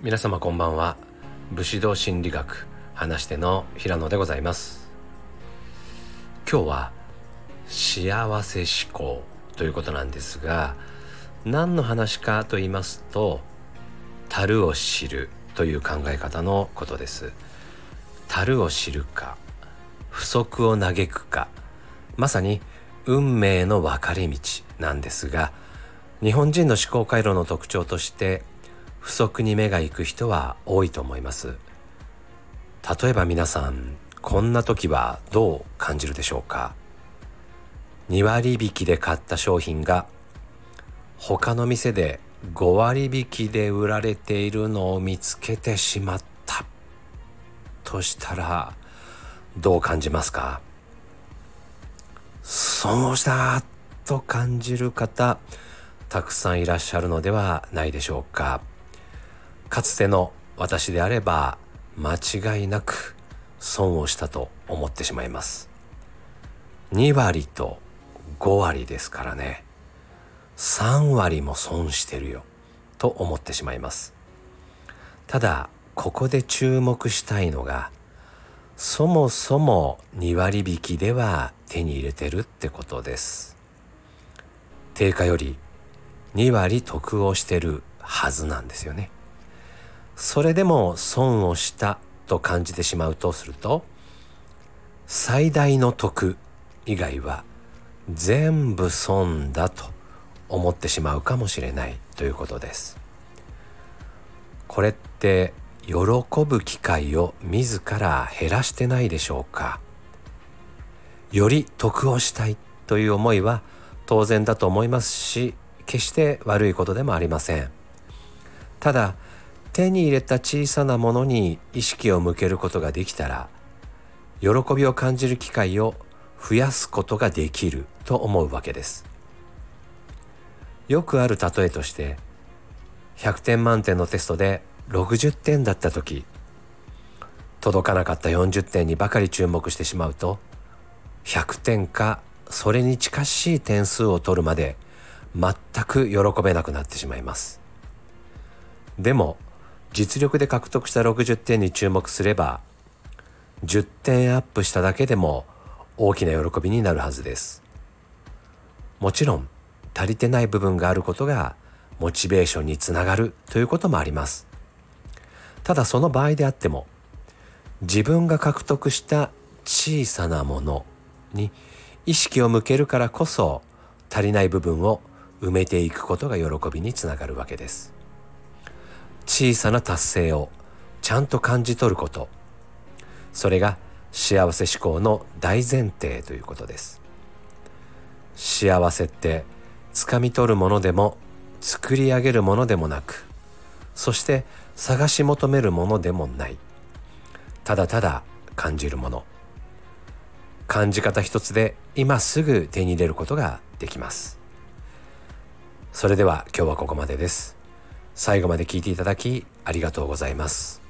皆様こんばんは。武士道心理学話し手の平野でございます。今日は幸せ思考ということなんですが、何の話かと言いますと、足を知るという考え方のことです。足を知るか不足を嘆くか、まさに運命の分かれ道なんですが、日本人の思考回路の特徴として不足に目が行く人は多いと思います。例えば皆さん、こんな時はどう感じるでしょうか。2割引きで買った商品が他の店で5割引きで売られているのを見つけてしまったとしたらどう感じますか。損をしたと感じる方、たくさんいらっしゃるのではないでしょうか。かつての私であれば間違いなく損をしたと思ってしまいます。2割と5割ですからね。3割も損してるよと思ってしまいます。ただここで注目したいのが、そもそも2割引きでは手に入れてるってことです。定価より2割得をしてるはずなんですよね。それでも損をしたと感じてしまうとすると、最大の得以外は全部損だと思ってしまうかもしれないということです。これって喜ぶ機会を自ら減らしてないでしょうか。より得をしたいという思いは当然だと思いますし、決して悪いことでもありません。ただ手に入れた小さなものに意識を向けることができたら、喜びを感じる機会を増やすことができると思うわけです。よくある例えとして、100点満点のテストで60点だった時、届かなかった40点にばかり注目してしまうと、100点かそれに近しい点数を取るまで全く喜べなくなってしまいます。でも実力で獲得した60点に注目すれば、10点アップしただけでも大きな喜びになるはずです。もちろん足りてない部分があることがモチベーションにつながるということもあります。ただその場合であっても、自分が獲得した小さなものに意識を向けるからこそ、足りない部分を埋めていくことが喜びにつながるわけです。小さな達成をちゃんと感じ取ること、それが幸せ思考の大前提ということです。幸せって掴み取るものでも作り上げるものでもなく、そして探し求めるものでもない、ただただ感じるもの。感じ方一つで今すぐ手に入れることができます。それでは今日はここまでです。最後まで聞いていただきありがとうございます。